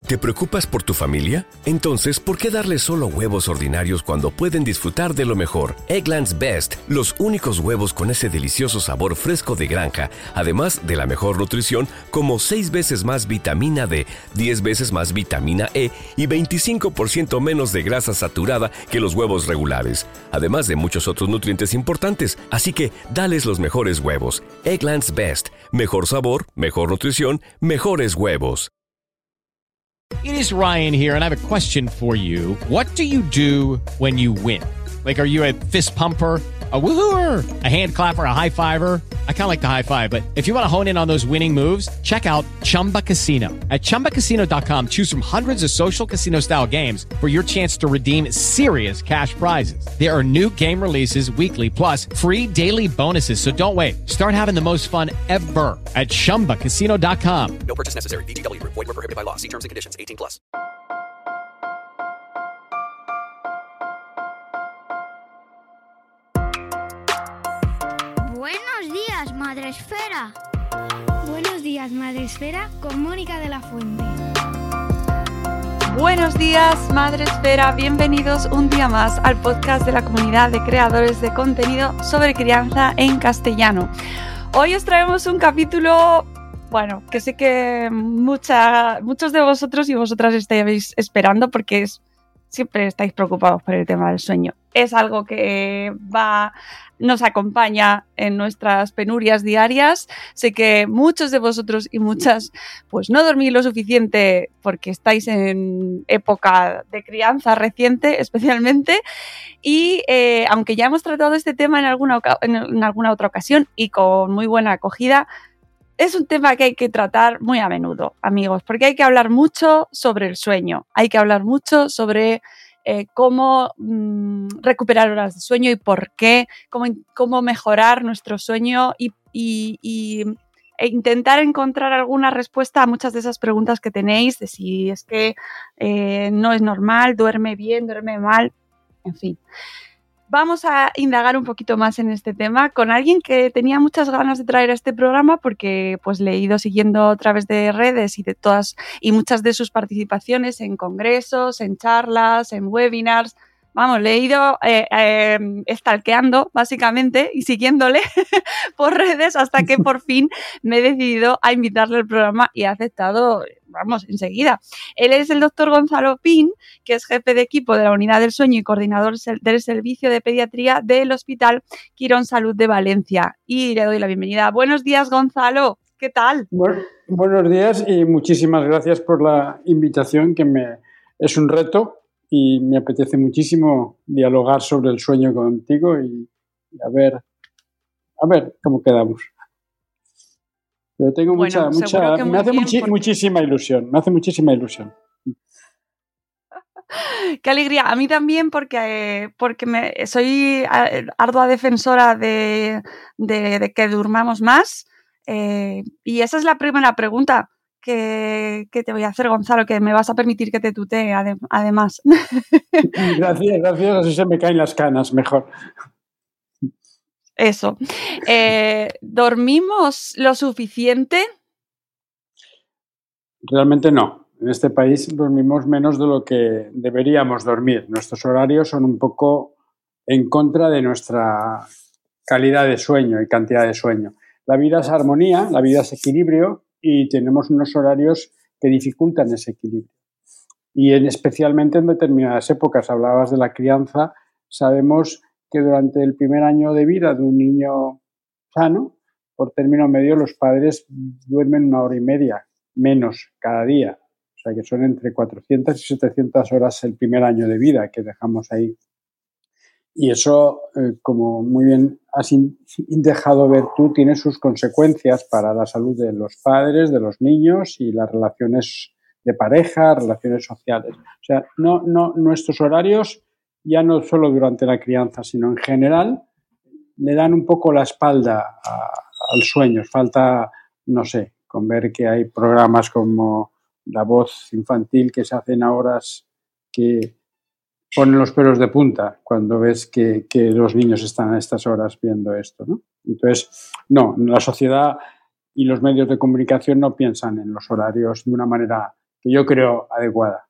¿Te preocupas por tu familia? Entonces, ¿por qué darles solo huevos ordinarios cuando pueden disfrutar de lo mejor? Eggland's Best, los únicos huevos con ese delicioso sabor fresco de granja, además de la mejor nutrición, como 6 veces más vitamina D, 10 veces más vitamina E y 25% menos de grasa saturada que los huevos regulares, además de muchos otros nutrientes importantes. Así que, dales los mejores huevos. Eggland's Best, mejor sabor, mejor nutrición, mejores huevos. It is Ryan here, and I have a question for you. What do you do when you win? Like, are you a fist pumper, a woo-hooer, a hand clapper, a high fiver? I kind of like the high five, but if you want to hone in on those winning moves, check out Chumba Casino. At ChumbaCasino.com, choose from hundreds of social casino-style games for your chance to redeem serious cash prizes. There are new game releases weekly, plus free daily bonuses. So don't wait. Start having the most fun ever at ChumbaCasino.com. No purchase necessary. VGW Group. Void where prohibited by law. See terms and conditions. 18+. Buenos días, Madre Esfera. Buenos días, Madre Esfera, con Mónica de la Fuente. Buenos días, Madre Esfera. Bienvenidos un día más al podcast de la comunidad de creadores de contenido sobre crianza en castellano. Hoy os traemos un capítulo, bueno, que sé que muchos de vosotros y vosotras estáis esperando porque siempre estáis preocupados por el tema del sueño. Es algo que nos acompaña en nuestras penurias diarias. Sé que muchos de vosotros y muchas pues no dormís lo suficiente porque estáis en época de crianza reciente especialmente y aunque ya hemos tratado este tema en alguna otra ocasión y con muy buena acogida, es un tema que hay que tratar muy a menudo, amigos, porque hay que hablar mucho sobre el sueño, hay que hablar mucho sobre cómo recuperar horas de sueño y por qué, cómo mejorar nuestro sueño e intentar encontrar alguna respuesta a muchas de esas preguntas que tenéis, de si es que no es normal, duerme bien, duerme mal, en fin. Vamos a indagar un poquito más en este tema con alguien que tenía muchas ganas de traer a este programa porque pues le he ido siguiendo a través de redes y muchas de sus participaciones en congresos, en charlas, en webinars. Vamos, le he ido stalkeando básicamente y siguiéndole por redes hasta que por fin me he decidido a invitarle al programa y ha aceptado, vamos, enseguida. Él es el doctor Gonzalo Pin, que es jefe de equipo de la Unidad del Sueño y coordinador del Servicio de Pediatría del Hospital Quirón Salud de Valencia. Y le doy la bienvenida. Buenos días, Gonzalo. ¿Qué tal? Buenos días y muchísimas gracias por la invitación, que es un reto. Y me apetece muchísimo dialogar sobre el sueño contigo y a ver cómo quedamos. Pero tengo me hace muchísima ilusión. Qué alegría. A mí también porque soy ardua defensora de que durmamos más. Y esa es la primera pregunta que te voy a hacer, Gonzalo, que me vas a permitir que te tutee además. Gracias, así se me caen las canas mejor. Eso. ¿Dormimos lo suficiente? Realmente no. En este país dormimos menos de lo que deberíamos dormir. Nuestros horarios son un poco en contra de nuestra calidad de sueño y cantidad de sueño. La vida es armonía, la vida es equilibrio, y tenemos unos horarios que dificultan ese equilibrio. Y especialmente en determinadas épocas, hablabas de la crianza, sabemos que durante el primer año de vida de un niño sano, por término medio, los padres duermen 1 hora y media menos cada día. O sea que son entre 400 y 700 horas el primer año de vida que dejamos ahí. Y eso, como muy bien has dejado ver tú, tiene sus consecuencias para la salud de los padres, de los niños y las relaciones de pareja, relaciones sociales. O sea, nuestros horarios, ya no solo durante la crianza, sino en general, le dan un poco la espalda al sueño. Falta, no sé, con ver que hay programas como La Voz Infantil que se hacen a horas que ponen los pelos de punta cuando ves que los niños están a estas horas viendo esto, ¿no? Entonces, no, la sociedad y los medios de comunicación no piensan en los horarios de una manera que yo creo adecuada.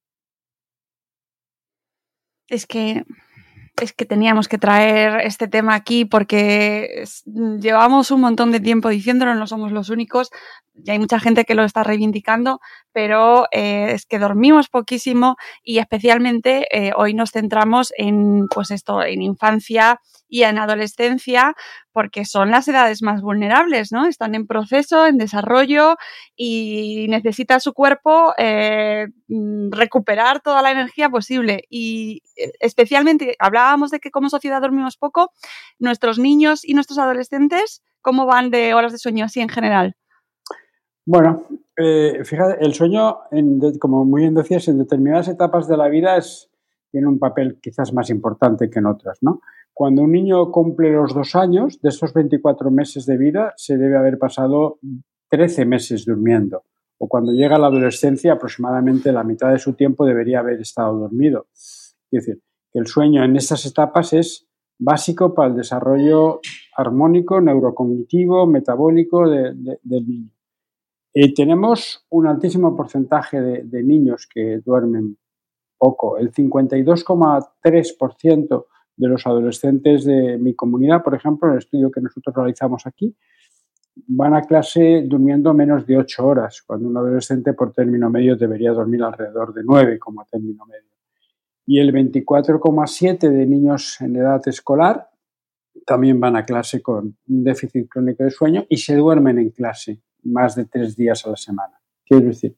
Es que teníamos que traer este tema aquí porque llevamos un montón de tiempo diciéndolo, no somos los únicos, y hay mucha gente que lo está reivindicando, pero es que dormimos poquísimo y especialmente hoy nos centramos en, pues esto, en infancia y en adolescencia, porque son las edades más vulnerables, ¿no? Están en proceso, en desarrollo y necesita su cuerpo recuperar toda la energía posible. Y especialmente, hablábamos de que como sociedad dormimos poco, nuestros niños y nuestros adolescentes, ¿cómo van de horas de sueño así en general? Bueno, fíjate, el sueño, como muy bien decías, en determinadas etapas de la vida tiene un papel quizás más importante que en otras, ¿no? Cuando un niño cumple los 2 años, de esos 24 meses de vida, se debe haber pasado 13 meses durmiendo. O cuando llega a la adolescencia, aproximadamente la mitad de su tiempo debería haber estado dormido. Es decir, que el sueño en esas etapas es básico para el desarrollo armónico, neurocognitivo, metabólico del niño. Tenemos un altísimo porcentaje de niños que duermen poco. El 52,3% de los adolescentes de mi comunidad, por ejemplo, en el estudio que nosotros realizamos aquí, van a clase durmiendo menos de 8 horas, cuando un adolescente por término medio debería dormir alrededor de 9 como término medio. Y el 24,7% de niños en edad escolar también van a clase con un déficit crónico de sueño y se duermen en clase más de 3 días a la semana. Quiero decir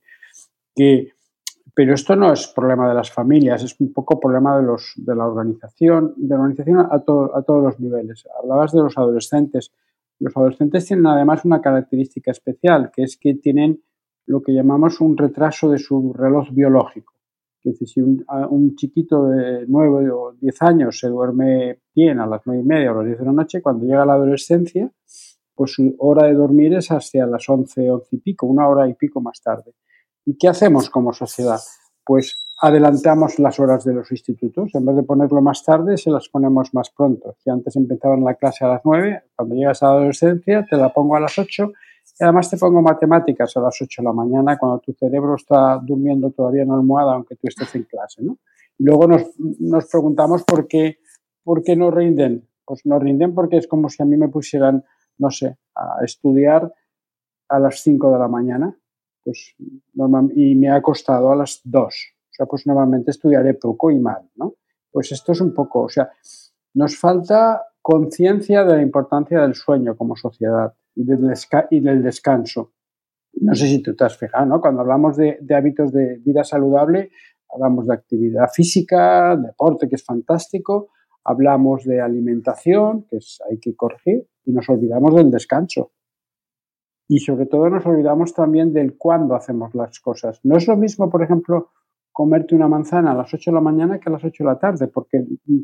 pero esto no es problema de las familias, es un poco problema de la organización a todos los niveles. Hablabas de los adolescentes. Los adolescentes tienen además una característica especial, que es que tienen lo que llamamos un retraso de su reloj biológico. Es decir, si un chiquito de 9 o 10 años se duerme bien a las 9:30 o a las 10 de la noche, cuando llega a la adolescencia, pues su hora de dormir es hacia las 11 y pico, 1 hora y pico más tarde. ¿Y qué hacemos como sociedad? Pues adelantamos las horas de los institutos. En vez de ponerlo más tarde, se las ponemos más pronto. Si antes empezaban la clase a las 9, cuando llegas a la adolescencia te la pongo a las 8 y además te pongo matemáticas a las 8 de la mañana cuando tu cerebro está durmiendo todavía en la almohada aunque tú estés en clase, ¿no? Y luego nos preguntamos por qué no rinden. Pues no rinden porque es como si a mí me pusieran, no sé, a estudiar a las 5 de la mañana. Pues y me ha costado a las 2. O sea, pues normalmente estudiaré poco y mal, ¿no? Pues esto es un poco, o sea, nos falta conciencia de la importancia del sueño como sociedad y del descanso. No sé si tú te has fijado, ¿no? Cuando hablamos de hábitos de vida saludable, hablamos de actividad física, deporte, que es fantástico, hablamos de alimentación, que hay que corregir, y nos olvidamos del descanso. Y sobre todo nos olvidamos también del cuándo hacemos las cosas. No es lo mismo, por ejemplo, comerte una manzana a las 8 de la mañana que a las 8 de la tarde, porque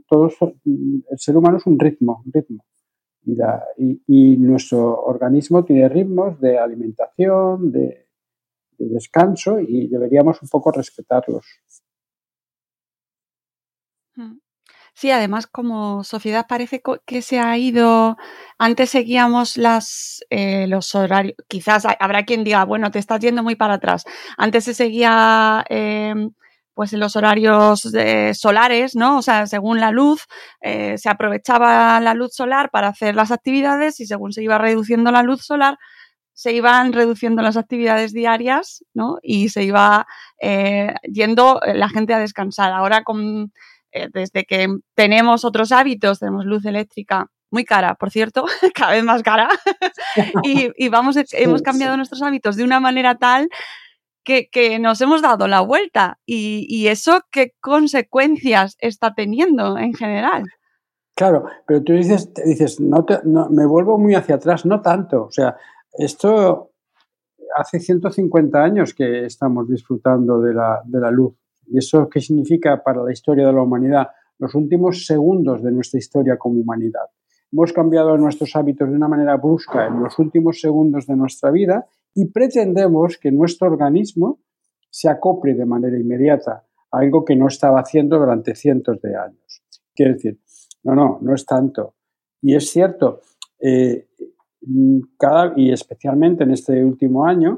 el ser humano es un ritmo. Y nuestro organismo tiene ritmos de alimentación, de descanso, y deberíamos un poco respetarlos. Sí, además como sociedad parece que se ha ido, antes seguíamos los horarios, quizás habrá quien diga, bueno, te estás yendo muy para atrás, antes se seguía pues en los horarios solares, ¿no? O sea, según la luz, se aprovechaba la luz solar para hacer las actividades y según se iba reduciendo la luz solar, se iban reduciendo las actividades diarias, ¿no? Y se iba yendo la gente a descansar. Ahora desde que tenemos otros hábitos, tenemos luz eléctrica muy cara, por cierto, cada vez más cara, y hemos cambiado nuestros hábitos de una manera tal que nos hemos dado la vuelta. ¿Y eso qué consecuencias está teniendo en general? Claro, pero tú dices no, me vuelvo muy hacia atrás, no tanto. O sea, esto hace 150 años que estamos disfrutando de la luz. ¿Y eso qué significa para la historia de la humanidad? Los últimos segundos de nuestra historia como humanidad. Hemos cambiado nuestros hábitos de una manera brusca en los últimos segundos de nuestra vida y pretendemos que nuestro organismo se acople de manera inmediata a algo que no estaba haciendo durante cientos de años. Quiero decir, no es tanto. Y es cierto, y especialmente en este último año,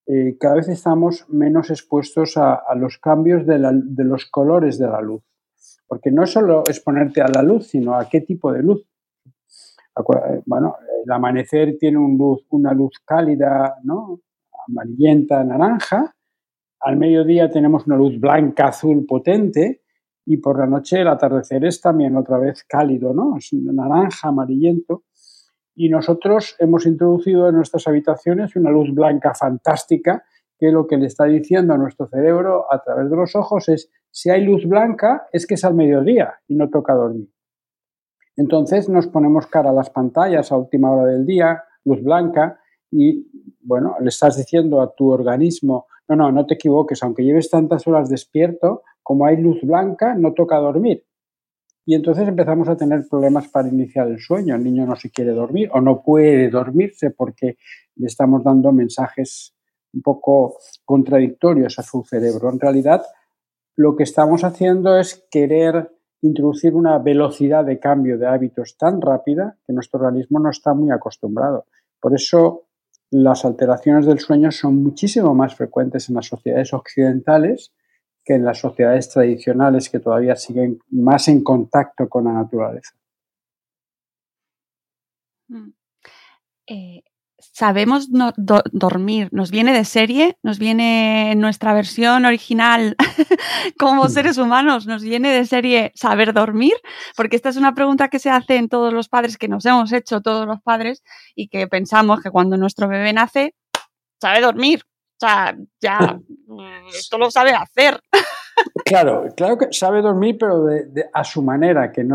cada vez estamos menos expuestos a los cambios de los colores de la luz. Porque no es solo exponerte a la luz, sino a qué tipo de luz. Bueno, el amanecer tiene una luz cálida, ¿no? Amarillenta, naranja. Al mediodía tenemos una luz blanca, azul, potente. Y por la noche el atardecer es también otra vez cálido, ¿no? Es naranja, amarillento. Y nosotros hemos introducido en nuestras habitaciones una luz blanca fantástica, que lo que le está diciendo a nuestro cerebro a través de los ojos es: si hay luz blanca es que es al mediodía y no toca dormir. Entonces nos ponemos cara a las pantallas a última hora del día, luz blanca, y bueno, le estás diciendo a tu organismo: no te equivoques, aunque lleves tantas horas despierto, como hay luz blanca no toca dormir. Y entonces empezamos a tener problemas para iniciar el sueño. El niño no se quiere dormir o no puede dormirse porque le estamos dando mensajes un poco contradictorios a su cerebro. En realidad, lo que estamos haciendo es querer introducir una velocidad de cambio de hábitos tan rápida que nuestro organismo no está muy acostumbrado. Por eso las alteraciones del sueño son muchísimo más frecuentes en las sociedades occidentales que en las sociedades tradicionales, que todavía siguen más en contacto con la naturaleza. Sabemos dormir, nos viene de serie, nos viene en nuestra versión original como seres humanos, nos viene de serie saber dormir, porque esta es una pregunta que se hace en todos los padres, que nos hemos hecho todos los padres, y que pensamos que cuando nuestro bebé nace, sabe dormir. O sea, ya esto lo sabe hacer. Claro que sabe dormir, pero a su manera, que no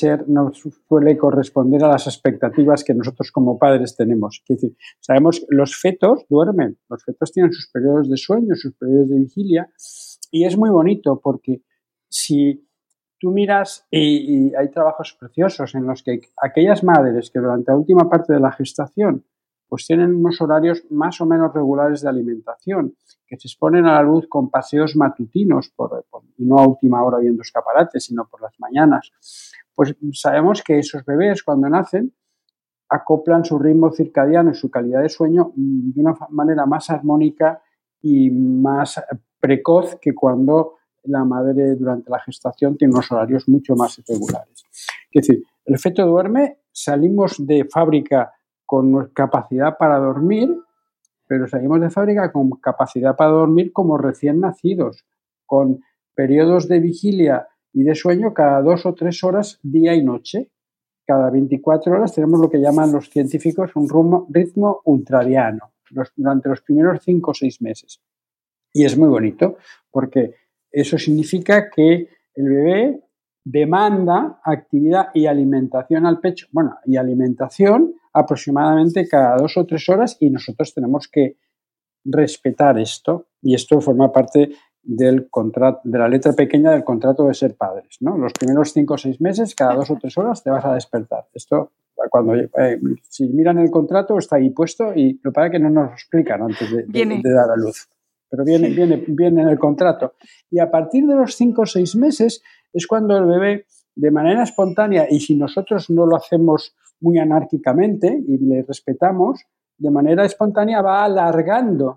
suele corresponder a las expectativas que nosotros como padres tenemos. Es decir, sabemos que los fetos duermen, los fetos tienen sus periodos de sueño, sus periodos de vigilia, y es muy bonito porque si tú miras, y hay trabajos preciosos en los que aquellas madres que durante la última parte de la gestación pues tienen unos horarios más o menos regulares de alimentación, que se exponen a la luz con paseos matutinos, y no a última hora viendo escaparates, sino por las mañanas, pues sabemos que esos bebés cuando nacen acoplan su ritmo circadiano y su calidad de sueño de una manera más armónica y más precoz que cuando la madre durante la gestación tiene unos horarios mucho más irregulares. Es decir, el feto duerme, salimos de fábrica con capacidad para dormir, pero salimos de fábrica con capacidad para dormir como recién nacidos, con periodos de vigilia y de sueño cada 2 o 3 horas, día y noche. Cada 24 horas tenemos lo que llaman los científicos un ritmo ultradiano, durante los primeros 5 o 6 meses. Y es muy bonito, porque eso significa que el bebé demanda actividad y alimentación al pecho, y alimentación aproximadamente cada 2 o 3 horas, y nosotros tenemos que respetar esto, y esto forma parte del contrato, de la letra pequeña del contrato de ser padres, ¿no? Los primeros 5 o 6 meses, cada 2 o 3 horas te vas a despertar. Esto, cuando si miran el contrato, está ahí puesto, y lo que pasa es que no nos lo explican antes de dar a luz. Pero viene en el contrato. Y a partir de los 5 o 6 meses es cuando el bebé, de manera espontánea, y si nosotros no lo hacemos muy anárquicamente y le respetamos, de manera espontánea va alargando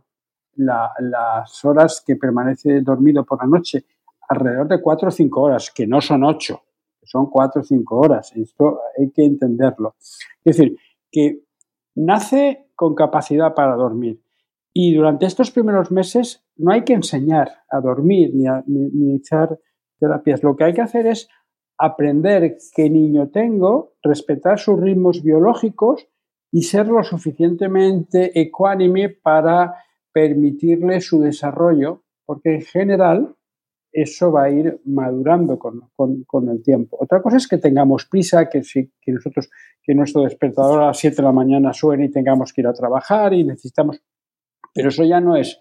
las horas que permanece dormido por la noche, alrededor de 4 o 5 horas, que no son 8, son 4 o 5 horas. Esto hay que entenderlo. Es decir, que nace con capacidad para dormir. Y durante estos primeros meses no hay que enseñar a dormir ni iniciar terapias. Lo que hay que hacer es aprender qué niño tengo, respetar sus ritmos biológicos y ser lo suficientemente ecuánime para permitirle su desarrollo, porque en general eso va a ir madurando con el tiempo. Otra cosa es que tengamos prisa, que nuestro despertador a las 7 de la mañana suene y tengamos que ir a trabajar y necesitamos... Pero eso ya no es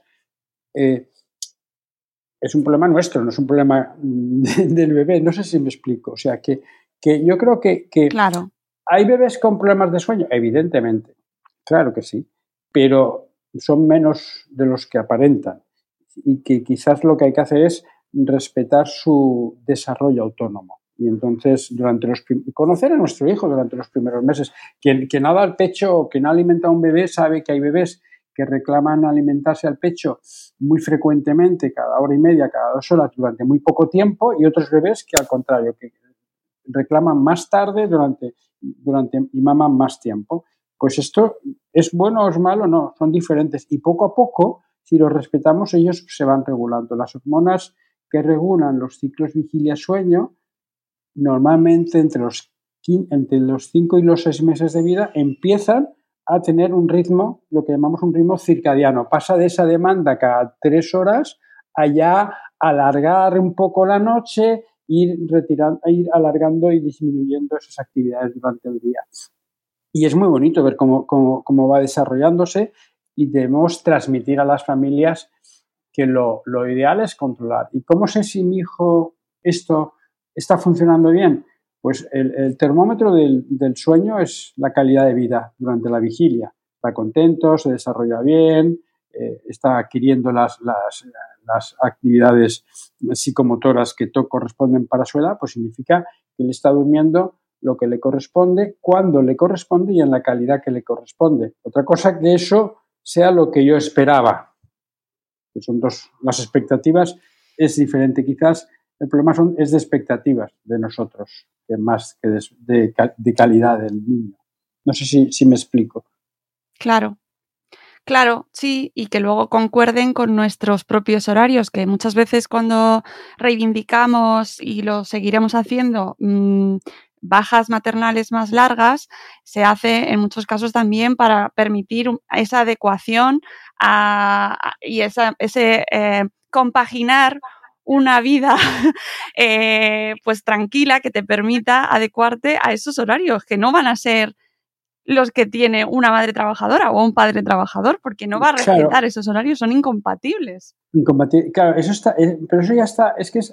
un problema nuestro, no es un problema del bebé. No sé si me explico. O sea, que yo creo que claro. ¿Hay bebés con problemas de sueño? Evidentemente, claro que sí, pero son menos de los que aparentan, y que quizás lo que hay que hacer es respetar su desarrollo autónomo. Y entonces, conocer a nuestro hijo durante los primeros meses. Quien ha dado al pecho o quien ha alimentado a un bebé sabe que hay bebés que reclaman alimentarse al pecho muy frecuentemente, cada hora y media, cada 2 horas, durante muy poco tiempo, y otros bebés que al contrario, que reclaman más tarde y maman más tiempo. Pues esto es bueno o es malo, no, son diferentes. Y poco a poco, si los respetamos, ellos se van regulando. Las hormonas que regulan los ciclos vigilia-sueño, normalmente entre los 5 y los 6 meses de vida, empiezan a tener un ritmo, lo que llamamos un ritmo circadiano. Pasa de esa demanda cada 3 horas a ya alargar un poco la noche, ir alargando y disminuyendo esas actividades durante el día. Y es muy bonito ver cómo va desarrollándose, y debemos transmitir a las familias que lo ideal es controlar. ¿Y cómo sé si mi hijo esto está funcionando bien? Pues el termómetro del sueño es la calidad de vida durante la vigilia. Está contento, se desarrolla bien, está adquiriendo las actividades psicomotoras que corresponden para su edad, pues significa que él está durmiendo lo que le corresponde, cuando le corresponde y en la calidad que le corresponde. Otra cosa que eso sea lo que yo esperaba. Que son las expectativas es diferente. Quizás el problema es de expectativas de nosotros, que más que de calidad del niño. No sé si me explico. Claro, sí, y que luego concuerden con nuestros propios horarios, que muchas veces cuando reivindicamos, y lo seguiremos haciendo, bajas maternales más largas, se hace en muchos casos también para permitir esa adecuación y ese compaginar una vida pues tranquila, que te permita adecuarte a esos horarios, que no van a ser los que tiene una madre trabajadora o un padre trabajador, porque no va a respetar esos horarios, son incompatibles. Claro, eso está, pero eso ya está, es que es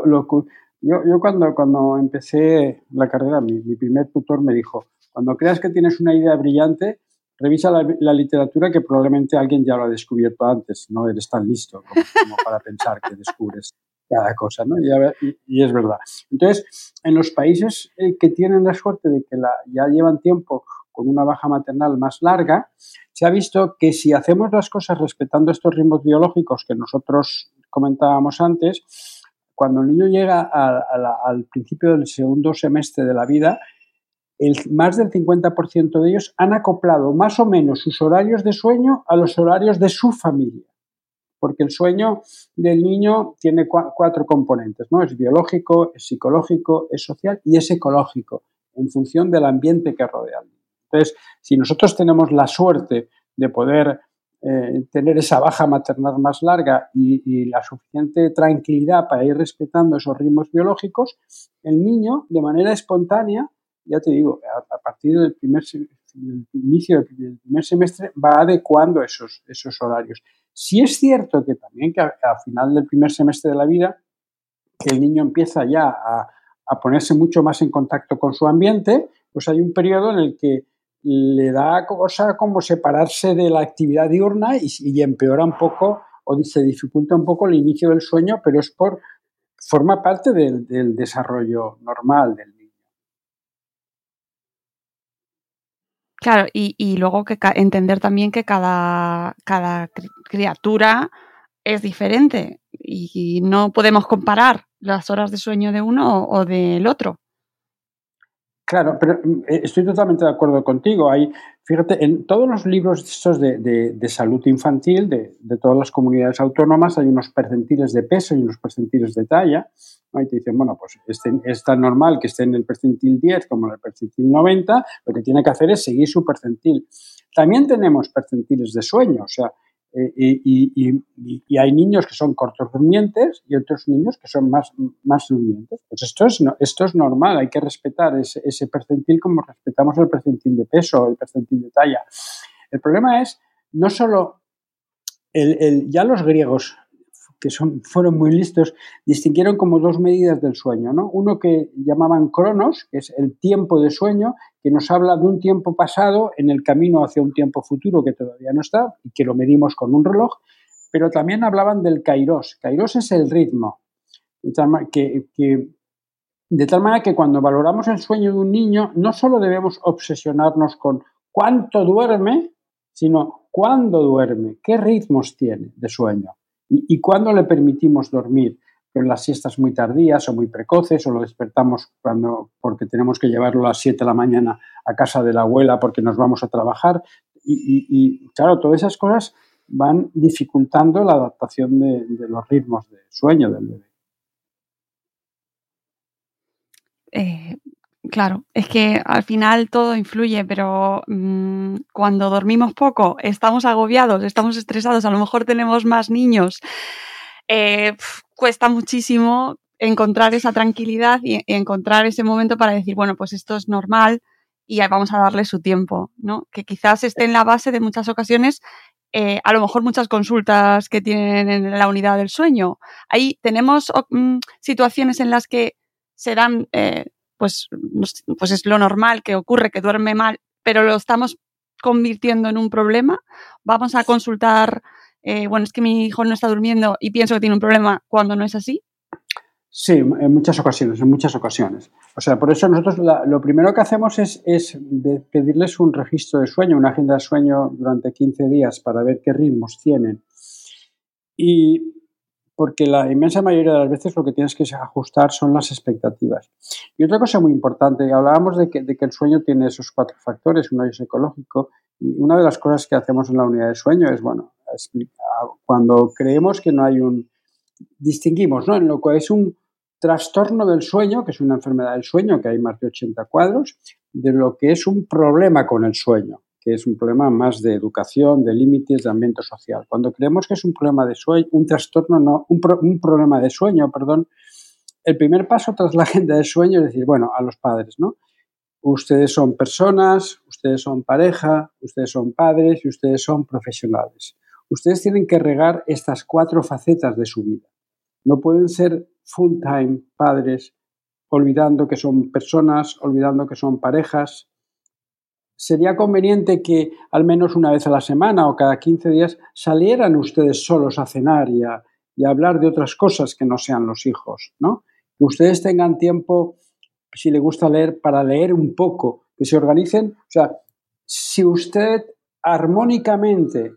yo cuando empecé la carrera, mi primer tutor me dijo: cuando creas que tienes una idea brillante, revisa la literatura, que probablemente alguien ya lo ha descubierto antes, no eres tan listo como para pensar que descubres cada cosa, ¿no? Y es verdad. Entonces, en los países que tienen la suerte de que ya llevan tiempo con una baja maternal más larga, se ha visto que si hacemos las cosas respetando estos ritmos biológicos que nosotros comentábamos antes, cuando el niño llega al principio del segundo semestre de la vida, más del 50% de ellos han acoplado más o menos sus horarios de sueño a los horarios de su familia. Porque el sueño del niño tiene 4 componentes, ¿no? Es biológico, es psicológico, es social y es ecológico, en función del ambiente que rodea al niño. Entonces, si nosotros tenemos la suerte de poder tener esa baja maternal más larga y la suficiente tranquilidad para ir respetando esos ritmos biológicos, el niño, de manera espontánea, ya te digo, a partir del inicio del primer semestre, va adecuando esos horarios. Sí es cierto que también que al final del primer semestre de la vida, que el niño empieza ya a ponerse mucho más en contacto con su ambiente, pues hay un periodo en el que le da cosa como separarse de la actividad diurna y empeora un poco o se dificulta un poco el inicio del sueño, pero forma parte del desarrollo normal del niño. Claro, y luego entender también que cada criatura es diferente y no podemos comparar las horas de sueño de uno o del otro. Claro, pero estoy totalmente de acuerdo contigo. Fíjate, en todos los libros estos de salud infantil de todas las comunidades autónomas hay unos percentiles de peso y unos percentiles de talla, ¿no? Y te dicen, bueno, pues es tan normal que esté en el percentil 10 como en el percentil 90, lo que tiene que hacer es seguir su percentil. También tenemos percentiles de sueño, o sea, y hay niños que son cortos durmientes y otros niños que son más durmientes. Pues esto es normal, hay que respetar ese percentil como respetamos el percentil de peso o el percentil de talla. El problema es no solo ya los griegos, que fueron muy listos, distinguieron como 2 medidas del sueño, ¿no? Uno que llamaban cronos, que es el tiempo de sueño, que nos habla de un tiempo pasado en el camino hacia un tiempo futuro que todavía no está y que lo medimos con un reloj, pero también hablaban del kairos. Kairos es el ritmo, de tal manera que cuando valoramos el sueño de un niño no solo debemos obsesionarnos con cuánto duerme, sino cuándo duerme, qué ritmos tiene de sueño y cuándo le permitimos dormir. Con las siestas muy tardías o muy precoces, o lo despertamos porque tenemos que llevarlo a las 7 de la mañana a casa de la abuela porque nos vamos a trabajar. Y claro, todas esas cosas van dificultando la adaptación de los ritmos de sueño del bebé. Claro, es que al final todo influye, pero cuando dormimos poco, estamos agobiados, estamos estresados, a lo mejor tenemos más niños, cuesta muchísimo encontrar esa tranquilidad y encontrar ese momento para decir, bueno, pues esto es normal y vamos a darle su tiempo, ¿no? Que quizás esté en la base de muchas ocasiones, a lo mejor muchas consultas que tienen en la unidad del sueño. Ahí tenemos situaciones en las que se dan, pues es lo normal que ocurre, que duerme mal, pero lo estamos convirtiendo en un problema. Vamos a consultar, es que mi hijo no está durmiendo y pienso que tiene un problema cuando no es así. Sí, en muchas ocasiones. O sea, por eso nosotros lo primero que hacemos es pedirles un registro de sueño, una agenda de sueño durante 15 días para ver qué ritmos tienen. Y porque la inmensa mayoría de las veces lo que tienes que ajustar son las expectativas. Y otra cosa muy importante, hablábamos de que el sueño tiene esos 4 factores, uno es ecológico, y una de las cosas que hacemos en la unidad de sueño es, cuando creemos que no hay distinguimos, ¿no?, en lo que es un trastorno del sueño, que es una enfermedad del sueño, que hay más de 80 cuadros, de lo que es un problema con el sueño, que es un problema más de educación, de límites, de ambiente social. Cuando creemos que es un problema de sueño, un trastorno, no, un problema de sueño, perdón, el primer paso tras la agenda de sueño es decir, bueno, a los padres, ¿no? Ustedes son personas, ustedes son pareja, ustedes son padres y ustedes son profesionales. Ustedes tienen que regar estas 4 facetas de su vida. No pueden ser full-time padres olvidando que son personas, olvidando que son parejas. Sería conveniente que al menos una vez a la semana o cada 15 días salieran ustedes solos a cenar y a hablar de otras cosas que no sean los hijos, ¿no? Que ustedes tengan tiempo, si le gusta leer, para leer un poco, que se organicen. O sea, si usted armónicamente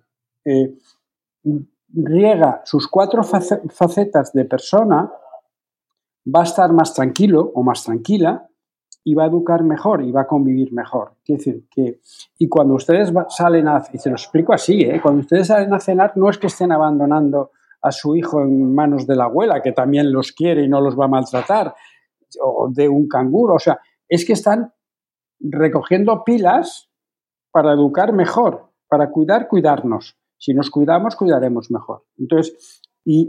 riega sus 4 facetas de persona, va a estar más tranquilo o más tranquila y va a educar mejor y va a convivir mejor. Quiere decir que, y cuando ustedes salen y se lo explico así, cuando ustedes salen a cenar no es que estén abandonando a su hijo en manos de la abuela, que también los quiere y no los va a maltratar, o de un canguro, o sea, es que están recogiendo pilas para educar mejor, para cuidarnos. Si nos cuidamos, cuidaremos mejor. Entonces,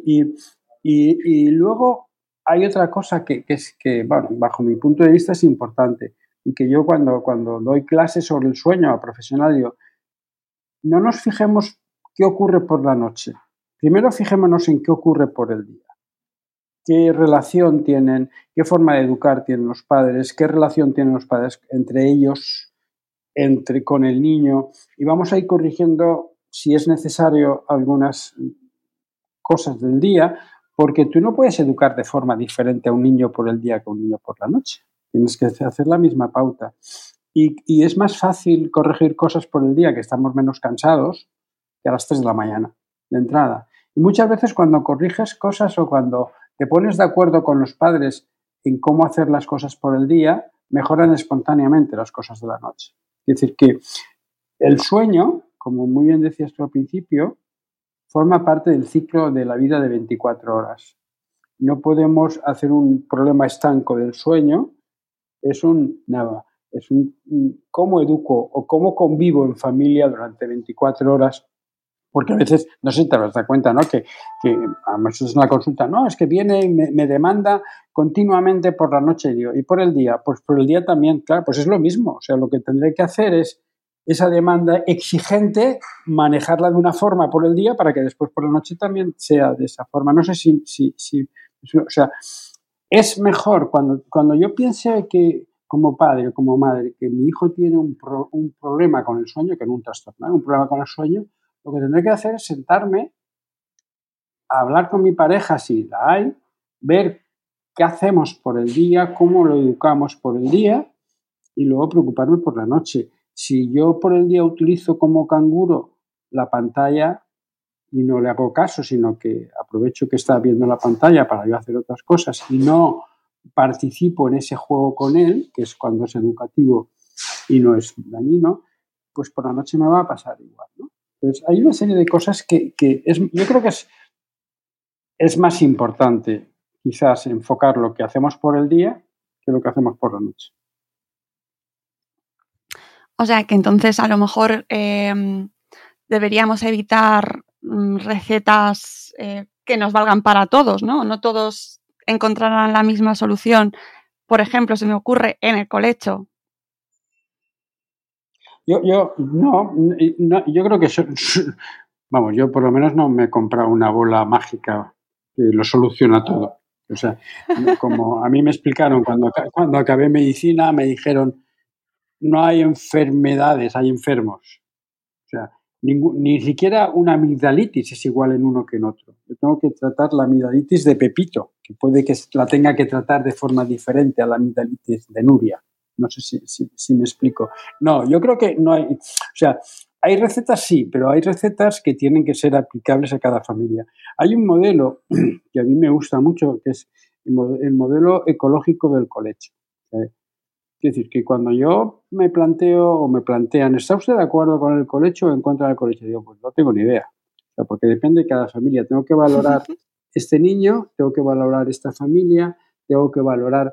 y luego hay otra cosa que es que, bueno, bajo mi punto de vista es importante y que yo cuando doy clases sobre el sueño a profesional digo, no nos fijemos qué ocurre por la noche. Primero fijémonos en qué ocurre por el día. ¿Qué relación tienen, qué forma de educar tienen los padres, qué relación tienen los padres entre ellos, con el niño? Y vamos a ir corrigiendo, si es necesario, algunas cosas del día, porque tú no puedes educar de forma diferente a un niño por el día que a un niño por la noche. Tienes que hacer la misma pauta. Y es más fácil corregir cosas por el día, que estamos menos cansados, que a las 3 de la mañana, de entrada. Y muchas veces cuando corriges cosas o cuando te pones de acuerdo con los padres en cómo hacer las cosas por el día, mejoran espontáneamente las cosas de la noche. Es decir, que el sueño, como muy bien decías tú al principio, forma parte del ciclo de la vida de 24 horas. No podemos hacer un problema estanco del sueño, es un cómo educo o cómo convivo en familia durante 24 horas, porque a veces, no sé si te das cuenta, ¿no? Que a veces es una consulta, no, es que viene y me demanda continuamente por la noche, y por el día, pues por el día también, claro, pues es lo mismo. O sea, lo que tendré que hacer es esa demanda exigente, manejarla de una forma por el día para que después por la noche también sea de esa forma. No sé si o sea, es mejor cuando yo piense que como padre o como madre que mi hijo tiene un problema con el sueño, que no un trastorno, un problema con el sueño, lo que tendré que hacer es sentarme a hablar con mi pareja, si la hay, ver qué hacemos por el día, cómo lo educamos por el día y luego preocuparme por la noche. Si yo por el día utilizo como canguro la pantalla y no le hago caso, sino que aprovecho que está viendo la pantalla para yo hacer otras cosas y no participo en ese juego con él, que es cuando es educativo y no es dañino, pues por la noche me va a pasar igual, ¿no? Entonces, hay una serie de cosas que yo creo que es más importante quizás enfocar lo que hacemos por el día que lo que hacemos por la noche. O sea, que entonces a lo mejor deberíamos evitar recetas que nos valgan para todos, ¿no? No todos encontrarán la misma solución. Por ejemplo, se me ocurre en el colecho. Yo creo que vamos, yo por lo menos no me he comprado una bola mágica que lo soluciona todo. O sea, como a mí me explicaron cuando acabé medicina, me dijeron, no hay enfermedades, hay enfermos. O sea, ni siquiera una amigdalitis es igual en uno que en otro. Yo tengo que tratar la amigdalitis de Pepito, que puede que la tenga que tratar de forma diferente a la amigdalitis de Nuria. No sé si me explico. No, yo creo que no hay... O sea, hay recetas sí, pero hay recetas que tienen que ser aplicables a cada familia. Hay un modelo que a mí me gusta mucho, que es el modelo ecológico del colecho. Es decir, que cuando yo me planteo o me plantean, ¿está usted de acuerdo con el colecho o en contra del colecho? Digo, pues no tengo ni idea. O sea, porque depende de cada familia. Tengo que valorar este niño, tengo que valorar esta familia, tengo que valorar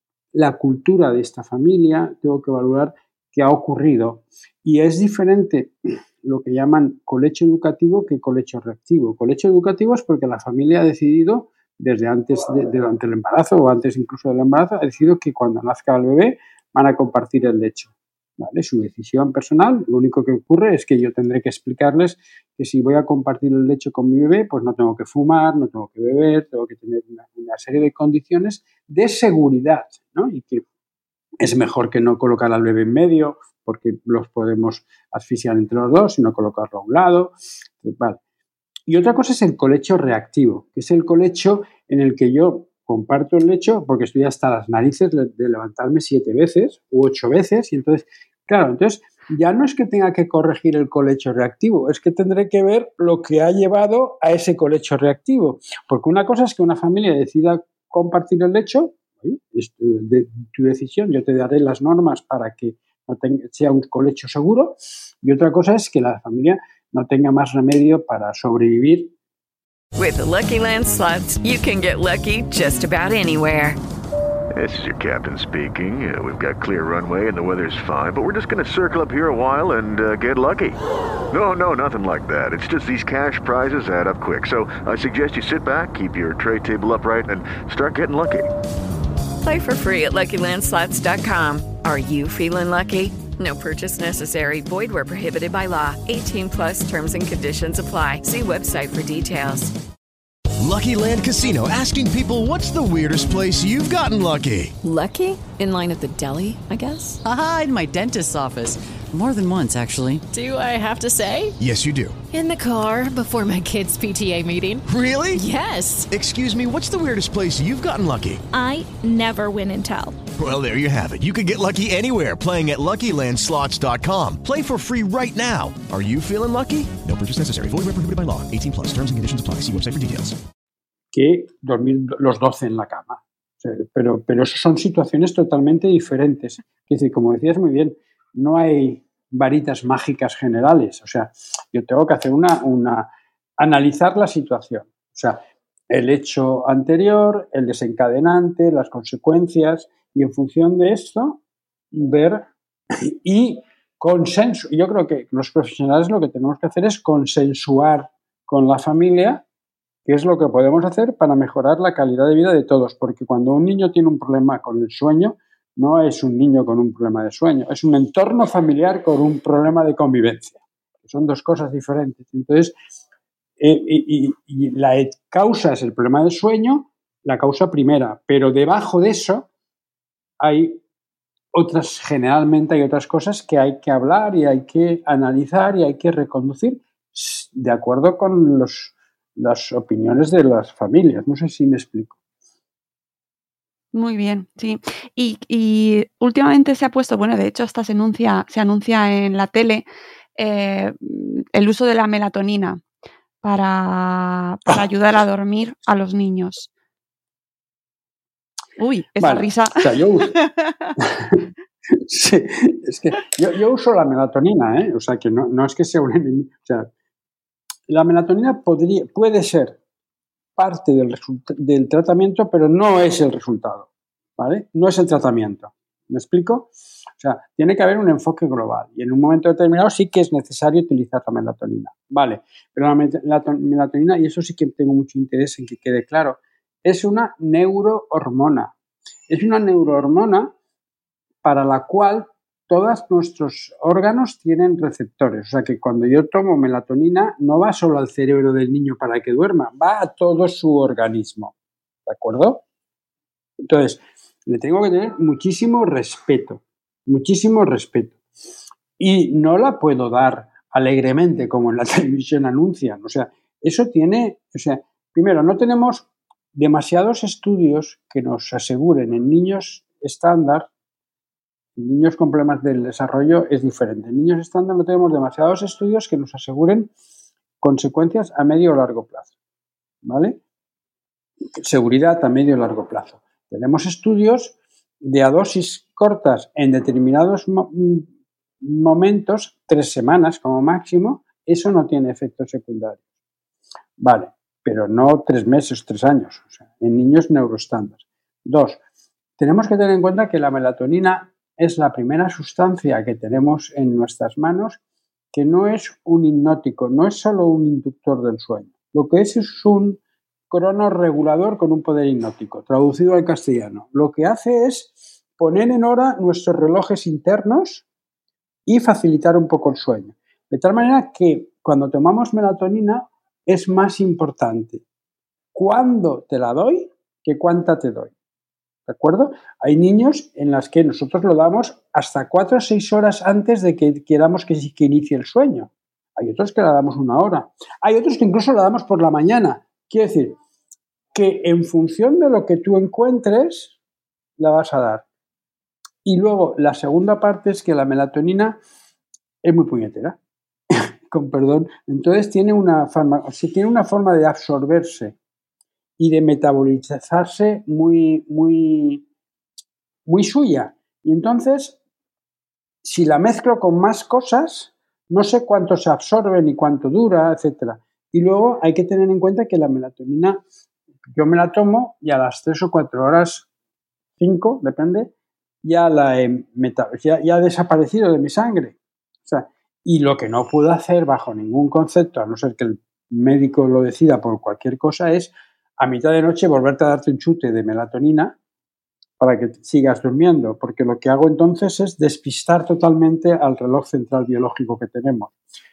la cultura de esta familia, tengo que valorar qué ha ocurrido. Y es diferente lo que llaman colecho educativo que colecho reactivo. Colecho educativo es porque la familia ha decidido, desde antes durante el embarazo o antes incluso del embarazo, ha decidido que cuando nazca el bebé van a compartir el lecho. ¿Vale? Su decisión personal, lo único que ocurre es que yo tendré que explicarles que si voy a compartir el lecho con mi bebé, pues no tengo que fumar, no tengo que beber, tengo que tener una serie de condiciones de seguridad, ¿no? Y que es mejor que no colocar al bebé en medio, porque los podemos asfixiar entre los dos, sino colocarlo a un lado. Vale. Y otra cosa es el colecho reactivo, que es el colecho en el que yo comparto el lecho porque estoy hasta las narices de levantarme 7 veces u 8 veces y entonces, claro, ya no es que tenga que corregir el colecho reactivo, es que tendré que ver lo que ha llevado a ese colecho reactivo, porque una cosa es que una familia decida compartir el lecho, es de tu decisión, yo te daré las normas para que sea un colecho seguro, y otra cosa es que la familia no tenga más remedio para sobrevivir. With the Lucky Land Slots, you can get lucky just about anywhere. This is your captain speaking. We've got clear runway and the weather's fine, but we're just going to circle up here a while and get lucky. No, nothing like that. It's just these cash prizes add up quick. So I suggest you sit back, keep your tray table upright, and start getting lucky. Play for free at LuckyLandSlots.com. Are you feeling lucky? No purchase necessary. Void where prohibited by law. 18 plus terms and conditions apply. See website for details. Lucky Land Casino, asking people, what's the weirdest place you've gotten lucky? Lucky? In line at the deli, I guess? Aha, in my dentist's office. More than once, actually. Do I have to say? Yes, you do. In the car before my kids' PTA meeting. Really? Yes. Excuse me, what's the weirdest place you've gotten lucky? I never win and tell. Well, there you have it. You can get lucky anywhere, playing at LuckyLandSlots.com. Play for free right now. Are you feeling lucky? No purchase necessary. Void where prohibited by law. 18 plus. Terms and conditions apply. See website for details. Que dormir los 12 en la cama. O sea, pero eso son situaciones totalmente diferentes. Es decir, como decías muy bien, no hay varitas mágicas generales. O sea, yo tengo que hacer analizar la situación. O sea, el hecho anterior, el desencadenante, las consecuencias, y en función de esto, ver y consenso. Yo creo que los profesionales lo que tenemos que hacer es consensuar con la familia qué es lo que podemos hacer para mejorar la calidad de vida de todos. Porque cuando un niño tiene un problema con el sueño, no es un niño con un problema de sueño, es un entorno familiar con un problema de convivencia. Son dos cosas diferentes. Entonces, y la causa es el problema del sueño, la causa primera, pero debajo de eso generalmente hay otras cosas que hay que hablar y hay que analizar y hay que reconducir de acuerdo con las opiniones de las familias. No sé si me explico. Muy bien, sí. Y últimamente se ha puesto, bueno, de hecho hasta se anuncia en la tele el uso de la melatonina para ayudar a dormir a los niños. Uy, esa risa. O sea, yo uso... Sí, es que yo uso la melatonina, ¿eh? O sea, que no es que sea un enemigo. O sea, la melatonina puede ser parte del tratamiento, pero no es el resultado, ¿vale? No es el tratamiento. ¿Me explico? O sea, tiene que haber un enfoque global y en un momento determinado sí que es necesario utilizar la melatonina, ¿vale? Pero la melatonina, y eso sí que tengo mucho interés en que quede claro, es una neurohormona. Es una neurohormona para la cual todos nuestros órganos tienen receptores. O sea que cuando yo tomo melatonina no va solo al cerebro del niño para que duerma, va a todo su organismo. ¿De acuerdo? Entonces, le tengo que tener muchísimo respeto. Muchísimo respeto. Y no la puedo dar alegremente como en la televisión anuncian. O sea, eso tiene... O sea, primero, no tenemos demasiados estudios que nos aseguren en niños estándar. En niños con problemas del desarrollo es diferente. En niños estándar no tenemos demasiados estudios que nos aseguren consecuencias a medio o largo plazo. ¿Vale? Seguridad a medio o largo plazo. Tenemos estudios de a dosis cortas en determinados momentos, 3 semanas como máximo, eso no tiene efectos secundarios. Vale, pero no 3 meses, 3 años, o sea, en niños neuroestándar. 2, tenemos que tener en cuenta que la melatonina es la primera sustancia que tenemos en nuestras manos que no es un hipnótico, no es solo un inductor del sueño. Lo que es un cronorregulador con un poder hipnótico, traducido al castellano. Lo que hace es poner en hora nuestros relojes internos y facilitar un poco el sueño. De tal manera que cuando tomamos melatonina es más importante cuándo te la doy que cuánta te doy. ¿De acuerdo? Hay niños en las que nosotros lo damos hasta 4 o 6 horas antes de que queramos que inicie el sueño. Hay otros que la damos 1 hora. Hay otros que incluso la damos por la mañana. Quiere decir que en función de lo que tú encuentres, la vas a dar. Y luego la segunda parte es que la melatonina es muy puñetera. Con perdón. Entonces tiene una forma de absorberse y de metabolizarse muy, muy, muy suya. Y entonces, si la mezclo con más cosas, no sé cuánto se absorbe ni cuánto dura, etc. Y luego hay que tener en cuenta que la melatonina, yo me la tomo y a las 3 o 4 horas, 5, depende, ya ha desaparecido de mi sangre. O sea, y lo que no puedo hacer bajo ningún concepto, a no ser que el médico lo decida por cualquier cosa, es a mitad de noche volverte a darte un chute de melatonina para que sigas durmiendo, porque lo que hago entonces es despistar totalmente al reloj central biológico que tenemos.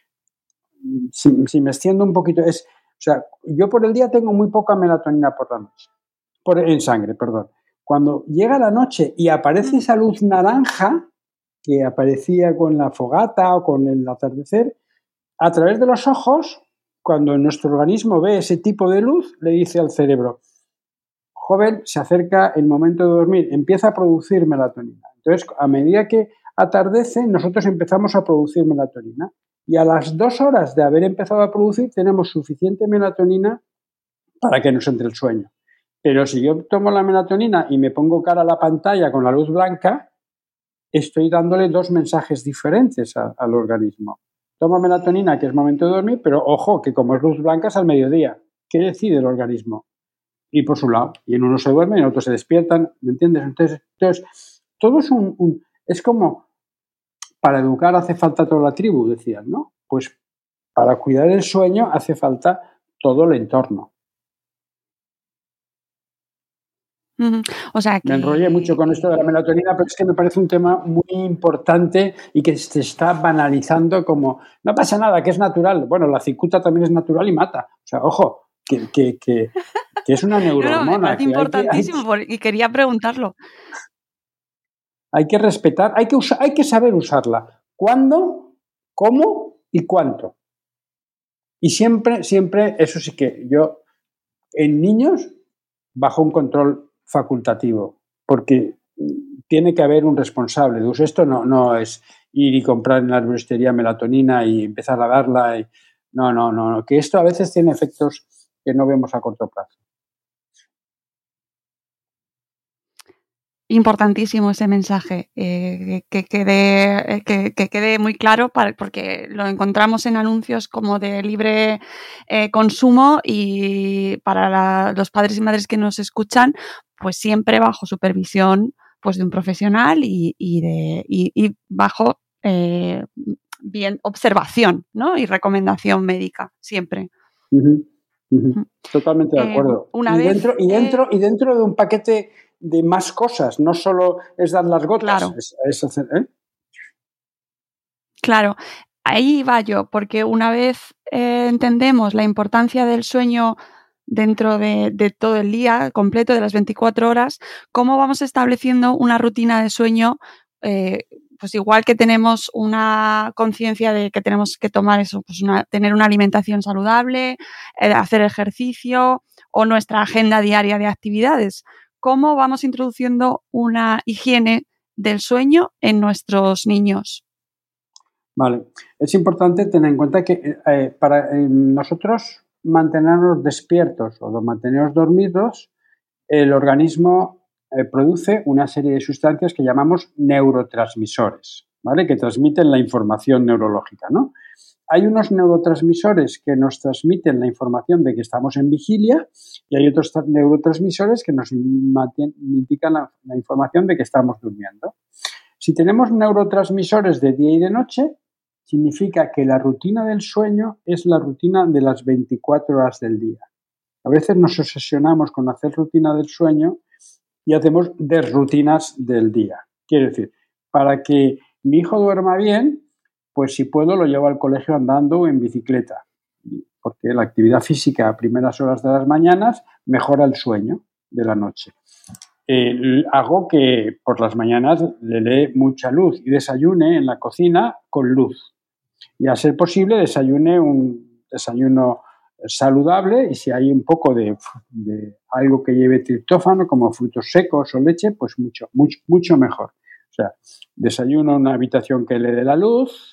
Si me extiendo un poquito, o sea, yo por el día tengo muy poca melatonina por la noche, en sangre, perdón. Cuando llega la noche y aparece esa luz naranja que aparecía con la fogata o con el atardecer, a través de los ojos, cuando nuestro organismo ve ese tipo de luz, le dice al cerebro, joven, se acerca el momento de dormir, empieza a producir melatonina. Entonces, a medida que atardece, nosotros empezamos a producir melatonina y a las 2 horas de haber empezado a producir tenemos suficiente melatonina para que nos entre el sueño. Pero si yo tomo la melatonina y me pongo cara a la pantalla con la luz blanca, estoy dándole 2 mensajes diferentes al organismo. Toma melatonina, que es momento de dormir, pero ojo, que como es luz blanca es al mediodía. ¿Qué decide el organismo? Y por su lado. Y en uno se duerme y en otro se despiertan. ¿Me entiendes? Entonces todo es es como para educar hace falta toda la tribu, decían, ¿no? Pues para cuidar el sueño hace falta todo el entorno. O sea, que... Me enrollé mucho con esto de la melatonina, pero es que me parece un tema muy importante y que se está banalizando como no pasa nada, que es natural. Bueno, la cicuta también es natural y mata. O sea, ojo, que es una neurohormona. No, me parece importantísimo y quería preguntarlo. Hay que respetar, hay que saber usarla. ¿Cuándo? ¿Cómo? ¿Y cuánto? Y siempre, eso sí que yo, en niños, bajo un control facultativo, porque tiene que haber un responsable de uso. Esto no es ir y comprar en la herboristería melatonina y empezar a darla. No, que esto a veces tiene efectos que no vemos a corto plazo. Importantísimo ese mensaje, que quede muy claro, porque lo encontramos en anuncios como de libre consumo, y para los padres y madres que nos escuchan, pues siempre bajo supervisión pues de un profesional y bajo bien observación, ¿no? Y recomendación médica, siempre. Totalmente de acuerdo. Dentro de un paquete de más cosas, no solo es dar las gotas, claro. Es hacer, Claro, ahí va yo, porque una vez entendemos la importancia del sueño dentro de todo el día completo, de las 24 horas, ¿cómo vamos estableciendo una rutina de sueño? Pues igual que tenemos una conciencia de que tenemos que tomar eso, pues tener una alimentación saludable, hacer ejercicio o nuestra agenda diaria de actividades. ¿Cómo vamos introduciendo una higiene del sueño en nuestros niños? Vale, es importante tener en cuenta que para nosotros mantenernos despiertos o mantenernos dormidos, el organismo produce una serie de sustancias que llamamos neurotransmisores, ¿vale? Que transmiten la información neurológica, ¿no? Hay unos neurotransmisores que nos transmiten la información de que estamos en vigilia y hay otros neurotransmisores que nos indican la información de que estamos durmiendo. Si tenemos neurotransmisores de día y de noche, significa que la rutina del sueño es la rutina de las 24 horas del día. A veces nos obsesionamos con hacer rutina del sueño y hacemos desrutinas del día. Quiero decir, para que mi hijo duerma bien, pues si puedo lo llevo al colegio andando o en bicicleta, porque la actividad física a primeras horas de las mañanas mejora el sueño de la noche. Hago que por las mañanas le dé mucha luz y desayune en la cocina con luz. Y a ser posible desayune un desayuno saludable, y si hay un poco de algo que lleve triptófano como frutos secos o leche, pues mucho mejor. O sea, desayuno en una habitación que le dé la luz,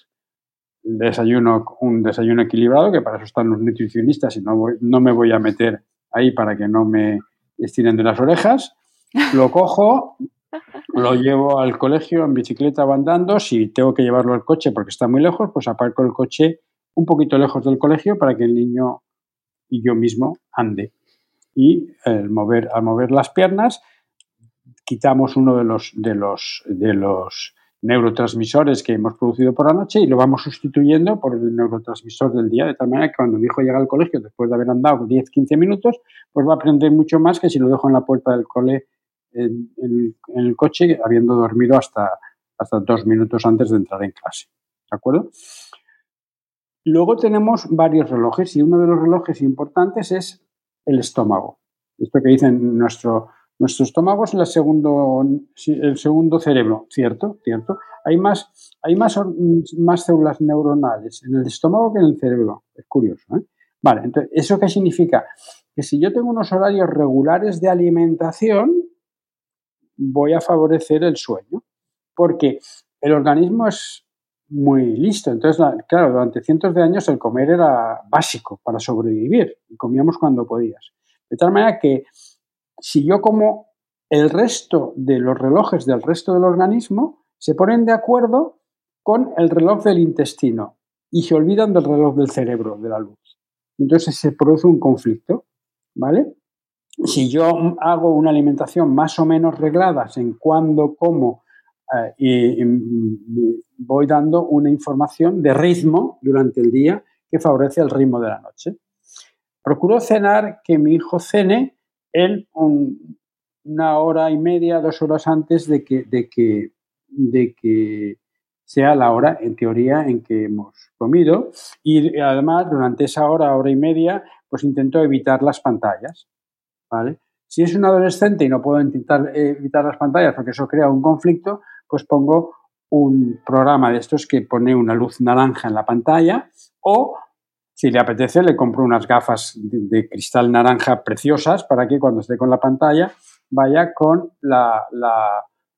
un desayuno equilibrado, que para eso están los nutricionistas y no me voy a meter ahí para que no me estiren de las orejas. Lo cojo, lo llevo al colegio en bicicleta o andando. Si tengo que llevarlo al coche porque está muy lejos, pues aparco el coche un poquito lejos del colegio para que el niño y yo mismo ande. Y al mover las piernas, quitamos uno de los neurotransmisores que hemos producido por la noche y lo vamos sustituyendo por el neurotransmisor del día, de tal manera que cuando mi hijo llega al colegio después de haber andado 10-15 minutos, pues va a aprender mucho más que si lo dejo en la puerta del cole en el coche, habiendo dormido hasta 2 minutos antes de entrar en clase. ¿De acuerdo? Luego tenemos varios relojes y uno de los relojes importantes es el estómago. Esto que dicen nuestro estómago es el segundo cerebro, ¿cierto? Hay más células neuronales en el estómago que en el cerebro. Es curioso, ¿eh? Vale, entonces, ¿eso qué significa? Que si yo tengo unos horarios regulares de alimentación, voy a favorecer el sueño, porque el organismo es muy listo. Entonces, claro, durante cientos de años el comer era básico para sobrevivir y comíamos cuando podías. De tal manera que si yo como, el resto de los relojes del resto del organismo se ponen de acuerdo con el reloj del intestino y se olvidan del reloj del cerebro, de la luz. Entonces se produce un conflicto, ¿vale? Si yo hago una alimentación más o menos reglada en cuándo como y voy dando una información de ritmo durante el día que favorece el ritmo de la noche. Procuro que mi hijo cene en una hora y media, 2 horas antes de que sea la hora, en teoría, en que hemos comido. Y además, durante esa hora y media, pues intento evitar las pantallas, ¿vale? Si es un adolescente y no puedo intentar evitar las pantallas porque eso crea un conflicto, pues pongo un programa de estos que pone una luz naranja en la pantalla, o si le apetece le compro unas gafas de cristal naranja preciosas para que cuando esté con la pantalla vaya con la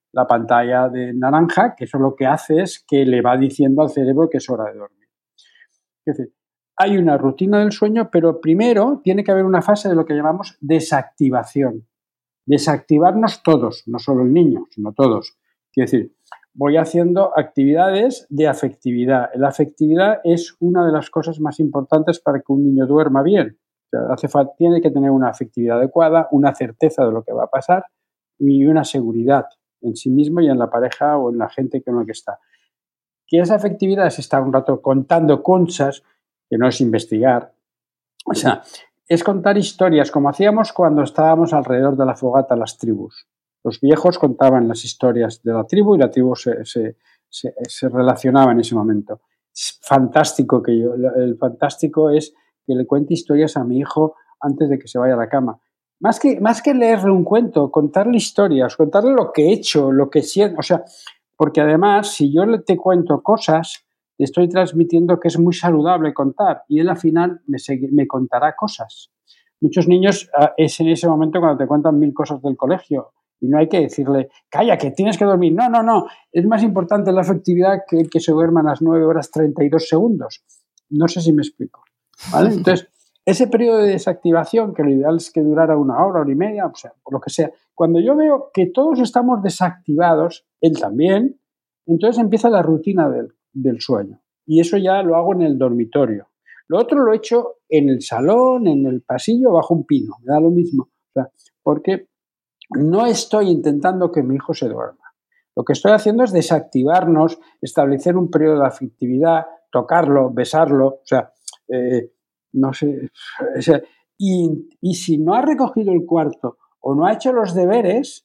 la pantalla de naranja, que eso lo que hace es que le va diciendo al cerebro que es hora de dormir. Es decir, hay una rutina del sueño, pero primero tiene que haber una fase de lo que llamamos desactivación. Desactivarnos todos, no solo el niño, sino todos. Quiere decir, voy haciendo actividades de afectividad. La afectividad es una de las cosas más importantes para que un niño duerma bien. O sea, tiene que tener una afectividad adecuada, una certeza de lo que va a pasar y una seguridad en sí mismo y en la pareja o en la gente con la que está. Que esa afectividad es estar un rato contando cosas, que no es investigar. O sea, es contar historias, como hacíamos cuando estábamos alrededor de la fogata las tribus. Los viejos contaban las historias de la tribu y la tribu se relacionaba en ese momento. Es fantástico el fantástico es que le cuente historias a mi hijo antes de que se vaya a la cama. Más que leerle un cuento, contarle historias, contarle lo que he hecho, lo que siento. O sea, porque además, si yo te cuento cosas, le estoy transmitiendo que es muy saludable contar y él al final me contará cosas. Muchos niños es en ese momento cuando te cuentan 1000 cosas del colegio y no hay que decirle, calla, que tienes que dormir. No. Es más importante la afectividad que se duerman a las 9 horas 32 segundos. No sé si me explico. ¿Vale? Entonces, ese periodo de desactivación, que lo ideal es que durara 1 hora, 1 hora y media, o sea, por lo que sea, cuando yo veo que todos estamos desactivados, él también, entonces empieza la rutina del sueño. Y eso ya lo hago en el dormitorio. Lo otro lo he hecho en el salón, en el pasillo, bajo un pino. Me da lo mismo. O sea, porque no estoy intentando que mi hijo se duerma. Lo que estoy haciendo es desactivarnos, establecer un periodo de afectividad, tocarlo, besarlo, o sea, no sé. O sea, y si no ha recogido el cuarto o no ha hecho los deberes,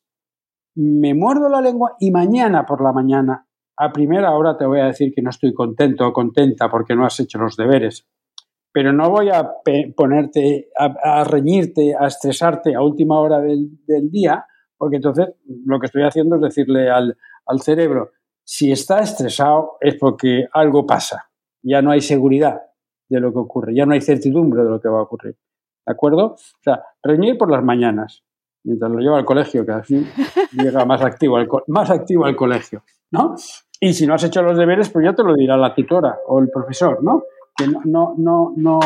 me muerdo la lengua y mañana por la mañana, a primera hora te voy a decir que no estoy contento o contenta porque no has hecho los deberes. Pero no voy a ponerte, a reñirte, a estresarte a última hora del día, porque entonces lo que estoy haciendo es decirle al cerebro, si está estresado es porque algo pasa, ya no hay seguridad de lo que ocurre, ya no hay certidumbre de lo que va a ocurrir. ¿De acuerdo? O sea, reñir por las mañanas, mientras lo lleva al colegio, que así llega más activo al colegio, ¿no? Y si no has hecho los deberes, pues ya te lo dirá la tutora o el profesor, ¿no? Que no.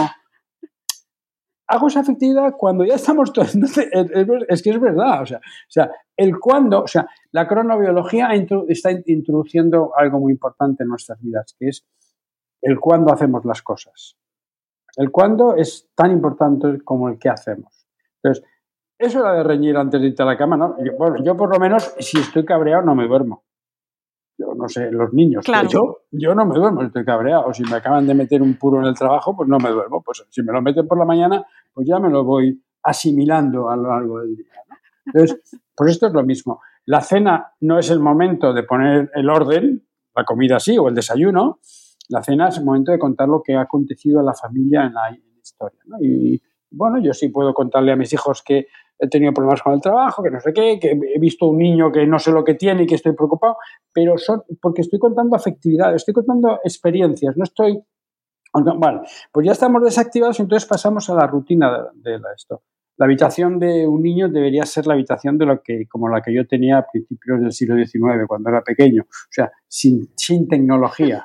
Hago esa afectividad cuando ya estamos todos. Es que es verdad. O sea, el cuándo. O sea, la cronobiología está introduciendo algo muy importante en nuestras vidas, que es el cuándo hacemos las cosas. El cuándo es tan importante como el qué hacemos. Entonces, eso era de reñir antes de irte a la cama, ¿no? Yo por lo menos, si estoy cabreado, no me duermo. Yo no sé, los niños. Claro. Yo no me duermo, estoy cabreado. O si me acaban de meter un puro en el trabajo, pues no me duermo. Pues si me lo meten por la mañana, pues ya me lo voy asimilando a lo largo del día, ¿no? Entonces, pues esto es lo mismo. La cena no es el momento de poner el orden, la comida sí, o el desayuno. La cena es el momento de contar lo que ha acontecido a la familia en la historia, ¿no? Y bueno, yo sí puedo contarle a mis hijos que he tenido problemas con el trabajo, que no sé qué, que he visto un niño que no sé lo que tiene y que estoy preocupado, pero porque estoy contando afectividad, estoy contando experiencias, no estoy... Vale, pues ya estamos desactivados y entonces pasamos a la rutina de esto. La habitación de un niño debería ser la habitación como la que yo tenía a principios del siglo XIX, cuando era pequeño, o sea, sin tecnología,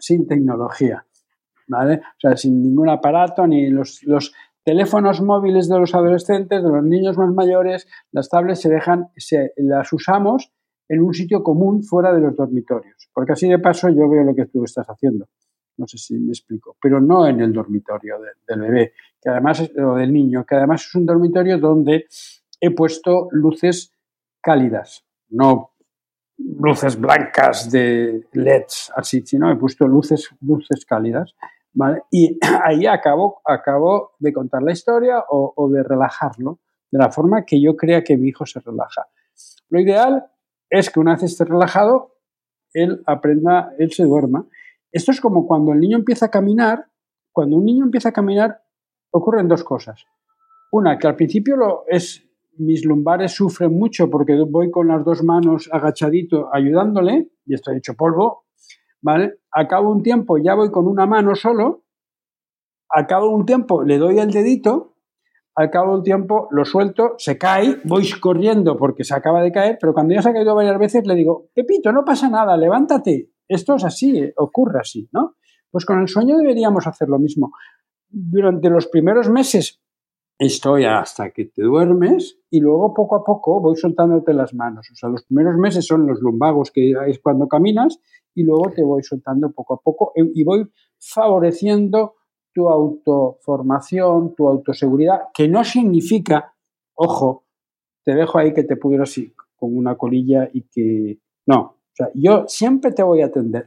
¿vale? O sea, sin ningún aparato, ni los teléfonos móviles de los adolescentes, de los niños más mayores, las tablets las usamos en un sitio común fuera de los dormitorios. Porque así de paso yo veo lo que tú estás haciendo. No sé si me explico. Pero no en el dormitorio del bebé, que además o del niño, que además es un dormitorio donde he puesto luces cálidas, no luces blancas de LEDs, así, sino he puesto luces cálidas. ¿Vale? Y ahí acabo de contar la historia o de relajarlo de la forma que yo crea que mi hijo se relaja. Lo ideal es que una vez esté relajado, él se duerma. Esto es como cuando el niño empieza a caminar. Cuando un niño empieza a caminar, ocurren dos cosas. Una, que al principio mis lumbares sufren mucho porque voy con las dos manos agachadito ayudándole y estoy hecho polvo. ¿Vale? A cabo de un tiempo ya voy con una mano solo, a cabo de un tiempo le doy el dedito, al cabo del tiempo lo suelto, se cae, voy corriendo porque se acaba de caer, pero cuando ya se ha caído varias veces le digo, Pepito, no pasa nada, levántate. Esto es así, ocurre así, ¿no? Pues con el sueño deberíamos hacer lo mismo. Durante los primeros meses estoy hasta que te duermes y luego poco a poco voy soltándote las manos. O sea, los primeros meses son los lumbagos, que es cuando caminas, y luego te voy soltando poco a poco y voy favoreciendo tu autoformación, tu autoseguridad, que no significa, ojo, te dejo ahí que te pudras así con una colilla y que... No, o sea, yo siempre te voy a atender,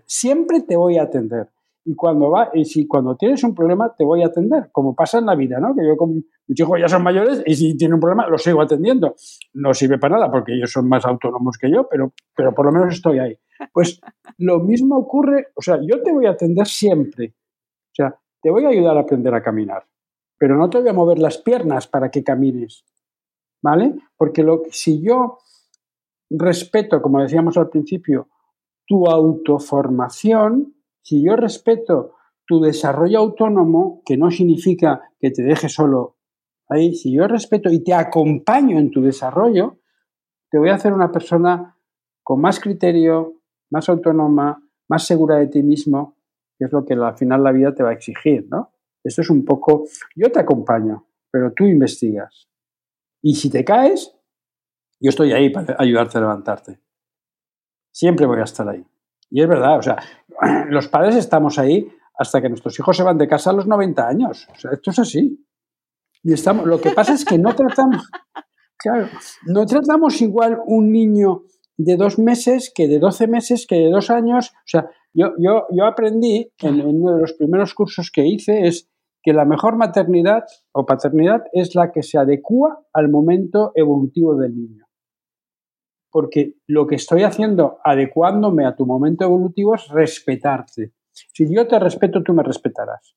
Y cuando tienes un problema, te voy a atender, como pasa en la vida, ¿no? Que yo con mis hijos ya son mayores y si tienen un problema, los sigo atendiendo. No sirve para nada porque ellos son más autónomos que yo, pero por lo menos estoy ahí. Pues lo mismo ocurre, o sea, yo te voy a atender siempre. O sea, te voy a ayudar a aprender a caminar, pero no te voy a mover las piernas para que camines, ¿vale? Porque si yo respeto, como decíamos al principio, tu autoformación, si yo respeto tu desarrollo autónomo, que no significa que te deje solo ahí, si yo respeto y te acompaño en tu desarrollo, te voy a hacer una persona con más criterio, más autónoma, más segura de ti mismo, que es lo que al final la vida te va a exigir, ¿no? Esto es un poco, yo te acompaño, pero tú investigas. Y si te caes, yo estoy ahí para ayudarte a levantarte. Siempre voy a estar ahí. Y es verdad, o sea, los padres estamos ahí hasta que nuestros hijos se van de casa a los 90 años. O sea, esto es así. Y lo que pasa es que no tratamos igual un niño de 2 meses que de 12 meses, que de 2 años. O sea, yo aprendí en uno de los primeros cursos que hice es que la mejor maternidad o paternidad es la que se adecúa al momento evolutivo del niño. Porque lo que estoy haciendo, adecuándome a tu momento evolutivo, es respetarte. Si yo te respeto, tú me respetarás.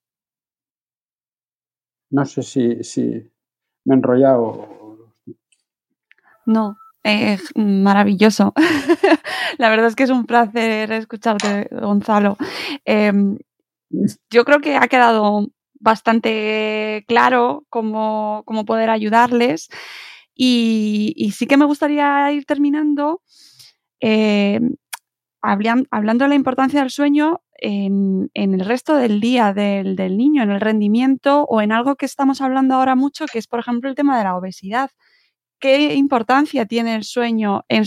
No sé si me he enrollado. No, maravilloso. La verdad es que es un placer escucharte, Gonzalo. Yo creo que ha quedado bastante claro cómo poder ayudarles. Y sí que me gustaría ir terminando hablando de la importancia del sueño en el resto del día del niño, en el rendimiento o en algo que estamos hablando ahora mucho, que es, por ejemplo, el tema de la obesidad. ¿Qué importancia tiene el sueño en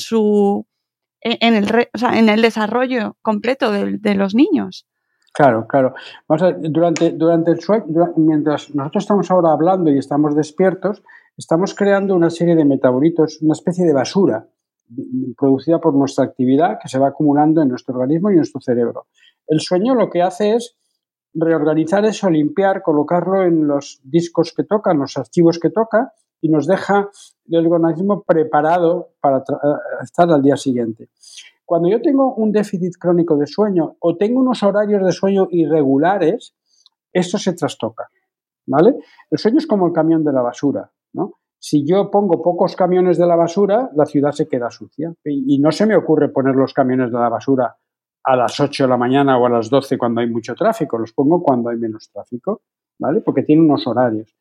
el desarrollo completo de los niños? Claro. Vamos a ver, durante el sueño, mientras nosotros estamos ahora hablando y estamos despiertos, estamos creando una serie de metabolitos, una especie de basura producida por nuestra actividad que se va acumulando en nuestro organismo y en nuestro cerebro. El sueño lo que hace es reorganizar eso, limpiar, colocarlo en los discos que toca, en los archivos que toca, y nos deja el organismo preparado para estar al día siguiente. Cuando yo tengo un déficit crónico de sueño o tengo unos horarios de sueño irregulares, esto se trastoca, ¿vale? El sueño es como el camión de la basura, ¿no? Si yo pongo pocos camiones de la basura, la ciudad se queda sucia. Y no se me ocurre poner los camiones de la basura a las 8 de la mañana o a las 12 cuando hay mucho tráfico. Los pongo cuando hay menos tráfico, ¿vale? Porque tiene unos horarios.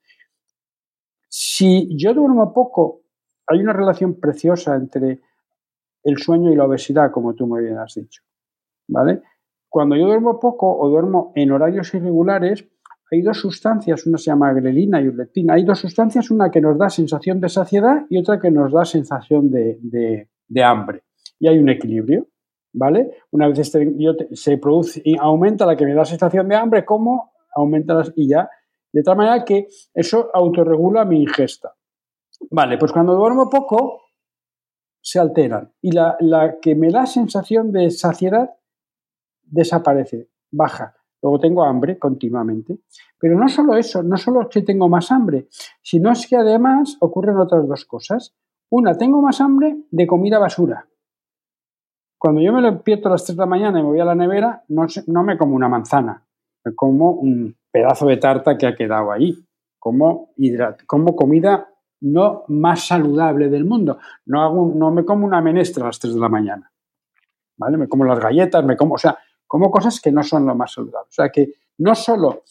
Si yo duermo poco, hay una relación preciosa entre el sueño y la obesidad, como tú muy bien has dicho, ¿vale? Cuando yo duermo poco o duermo en horarios irregulares, hay 2 sustancias, una se llama grelina y leptina. Hay 2 sustancias, una que nos da sensación de saciedad y otra que nos da sensación de hambre. Y hay un equilibrio, ¿vale? Una vez se produce y aumenta la que me da sensación de hambre, como aumenta y ya. De tal manera que eso autorregula mi ingesta. Vale, pues cuando duermo poco, se alteran. Y la que me da sensación de saciedad desaparece, baja. Luego tengo hambre continuamente. Pero no solo eso, no solo que tengo más hambre, sino es que además ocurren otras 2 cosas. Una, tengo más hambre de comida basura. Cuando yo me despierto a las 3 de la mañana y me voy a la nevera, no me como una manzana, me como un pedazo de tarta que ha quedado ahí. Como comida no más saludable del mundo. No me como una menestra a las 3 de la mañana. ¿Vale? Me como las galletas, como cosas que no son lo más saludable. O sea que no solo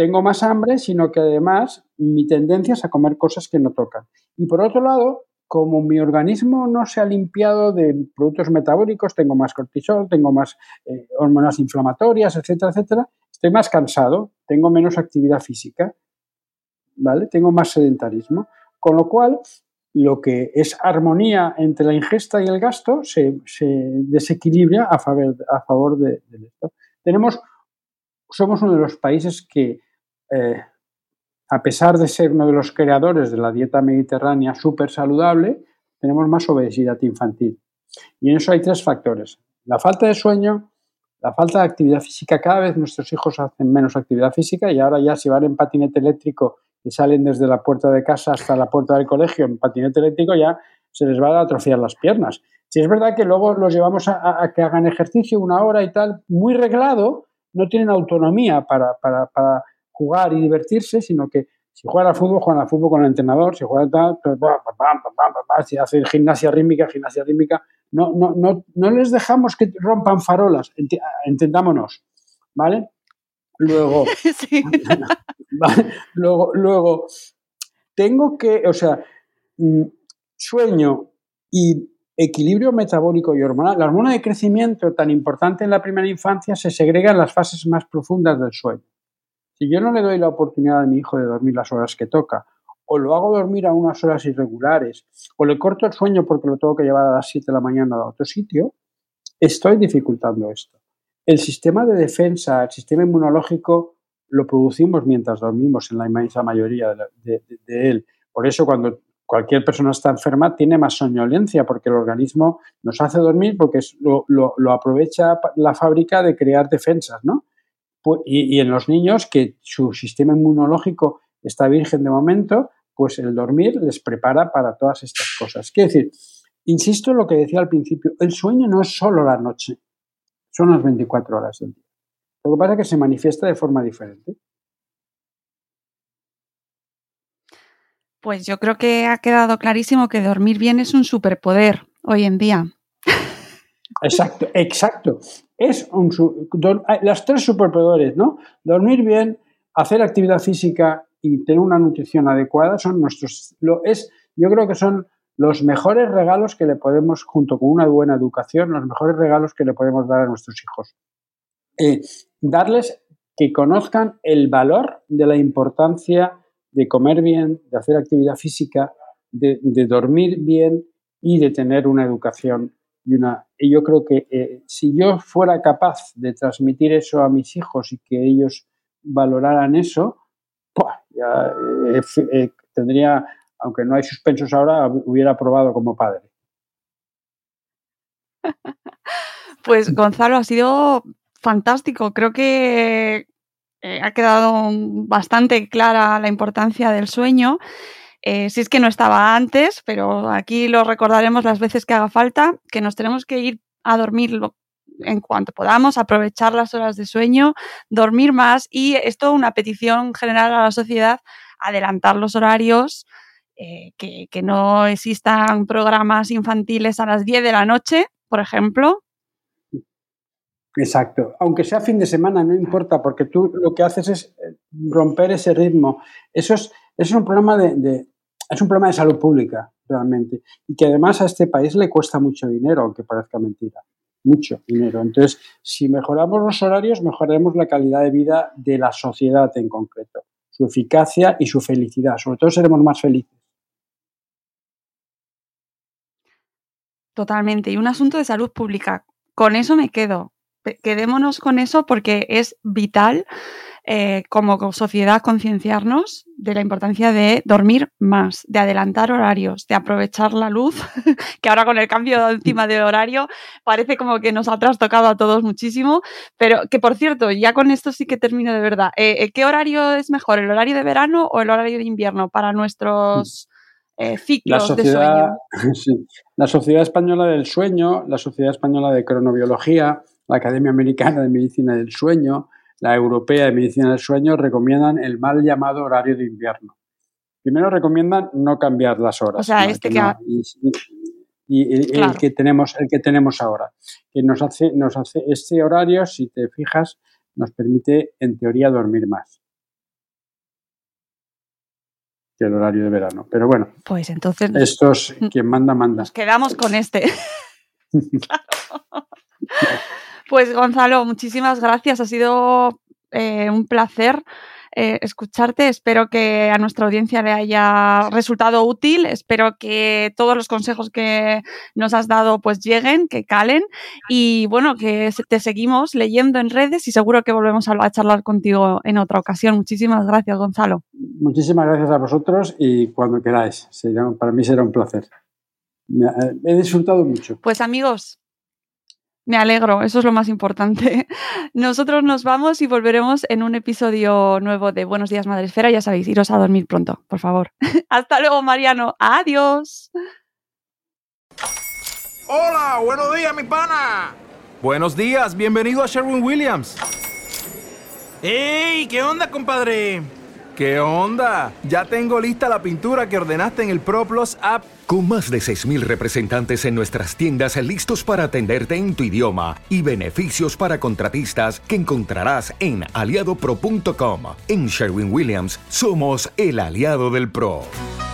tengo más hambre, sino que además mi tendencia es a comer cosas que no tocan. Y por otro lado, como mi organismo no se ha limpiado de productos metabólicos, tengo más cortisol, tengo más hormonas inflamatorias, etcétera, etcétera, estoy más cansado, tengo menos actividad física, ¿vale? Tengo más sedentarismo. Con lo cual, lo que es armonía entre la ingesta y el gasto se desequilibra a favor de esto. Somos uno de los países que, a pesar de ser uno de los creadores de la dieta mediterránea súper saludable, tenemos más obesidad infantil. Y en eso hay 3 factores. La falta de sueño, la falta de actividad física. Cada vez nuestros hijos hacen menos actividad física y ahora ya si van en patinete eléctrico y salen desde la puerta de casa hasta la puerta del colegio en patinete eléctrico, ya se les va a atrofiar las piernas. Si es verdad que luego los llevamos a que hagan ejercicio 1 hora y tal, muy reglado, no tienen autonomía para jugar y divertirse, sino que si juegan al fútbol con el entrenador, si juegan tal, pues, si hacen gimnasia rítmica, no les dejamos que rompan farolas, entendámonos, ¿vale? Luego, sí. ¿Vale? Luego, tengo que, sueño y equilibrio metabólico y hormonal. La hormona de crecimiento, tan importante en la primera infancia, se segrega en las fases más profundas del sueño. Si yo no le doy la oportunidad a mi hijo de dormir las horas que toca, o lo hago dormir a unas horas irregulares, o le corto el sueño porque lo tengo que llevar a las 7 de la mañana a otro sitio, estoy dificultando esto. El sistema de defensa, el sistema inmunológico, lo producimos mientras dormimos en la inmensa mayoría de él. Por eso cuando cualquier persona está enferma tiene más somnolencia, porque el organismo nos hace dormir porque lo aprovecha la fábrica de crear defensas, ¿no? Y en los niños que su sistema inmunológico está virgen de momento, pues el dormir les prepara para todas estas cosas. Quiero decir, insisto en lo que decía al principio, el sueño no es solo la noche, son las 24 horas del día. Lo que pasa es que se manifiesta de forma diferente. Pues yo creo que ha quedado clarísimo que dormir bien es un superpoder hoy en día. Exacto. Es los 3 superpoderes, ¿no? Dormir bien, hacer actividad física y tener una nutrición adecuada son yo creo que son los mejores regalos que le podemos, junto con una buena educación, los mejores regalos que le podemos dar a nuestros hijos. Darles que conozcan el valor de la importancia de comer bien, de hacer actividad física, de dormir bien y de tener una educación. Y yo creo que si yo fuera capaz de transmitir eso a mis hijos y que ellos valoraran eso, ya tendría, aunque no hay suspensos ahora, hubiera aprobado como padre. Pues Gonzalo, ha sido fantástico. Creo que ha quedado bastante clara la importancia del sueño. Si es que no estaba antes, pero aquí lo recordaremos las veces que haga falta, que nos tenemos que ir a dormir en cuanto podamos, aprovechar las horas de sueño, dormir más, y esto una petición general a la sociedad, adelantar los horarios, que no existan programas infantiles a las 10 de la noche, por ejemplo. Exacto. Aunque sea fin de semana, no importa, porque tú lo que haces es romper ese ritmo. Eso es un problema es un problema de salud pública, realmente. Y que además a este país le cuesta mucho dinero, aunque parezca mentira. Mucho dinero. Entonces, si mejoramos los horarios, mejoraremos la calidad de vida de la sociedad en concreto. Su eficacia y su felicidad. Sobre todo seremos más felices. Totalmente. Y un asunto de salud pública. Con eso me quedo. Quedémonos con eso porque es vital como sociedad concienciarnos de la importancia de dormir más, de adelantar horarios, de aprovechar la luz, que ahora con el cambio encima de horario parece como que nos ha trastocado a todos muchísimo, pero que por cierto, ya con esto sí que termino de verdad. ¿Qué horario es mejor, el horario de verano o el horario de invierno para nuestros ciclos de sueño? Sí, la Sociedad Española del Sueño, la Sociedad Española de Cronobiología, la Academia Americana de Medicina del Sueño, la Europea de Medicina del Sueño recomiendan el mal llamado horario de invierno. Primero recomiendan no cambiar las horas. O sea, ¿no? Claro. El que tenemos ahora. Que nos hace este horario, si te fijas, nos permite en teoría dormir más. que el horario de verano. Pero bueno, pues entonces esto es quien manda, manda. Nos quedamos con este. Claro. Pues Gonzalo, muchísimas gracias. Ha sido un placer escucharte. Espero que a nuestra audiencia le haya resultado útil. Espero que todos los consejos que nos has dado pues lleguen, que calen. Y bueno, que te seguimos leyendo en redes y seguro que volvemos a charlar contigo en otra ocasión. Muchísimas gracias, Gonzalo. Muchísimas gracias a vosotros y cuando queráis. Para mí será un placer. He disfrutado mucho. Pues amigos, me alegro, eso es lo más importante. Nosotros nos vamos y volveremos en un episodio nuevo de Buenos Días Madresfera. Ya sabéis, iros a dormir pronto, por favor. Hasta luego, Mariano. Adiós. Hola, buenos días, mi pana. Buenos días, bienvenido a Sherwin-Williams. ¡Ey! ¿Qué onda, compadre? ¿Qué onda? Ya tengo lista la pintura que ordenaste en el ProPlus app. Con más de 6,000 representantes en nuestras tiendas listos para atenderte en tu idioma y beneficios para contratistas que encontrarás en aliadopro.com. En Sherwin-Williams somos el aliado del pro.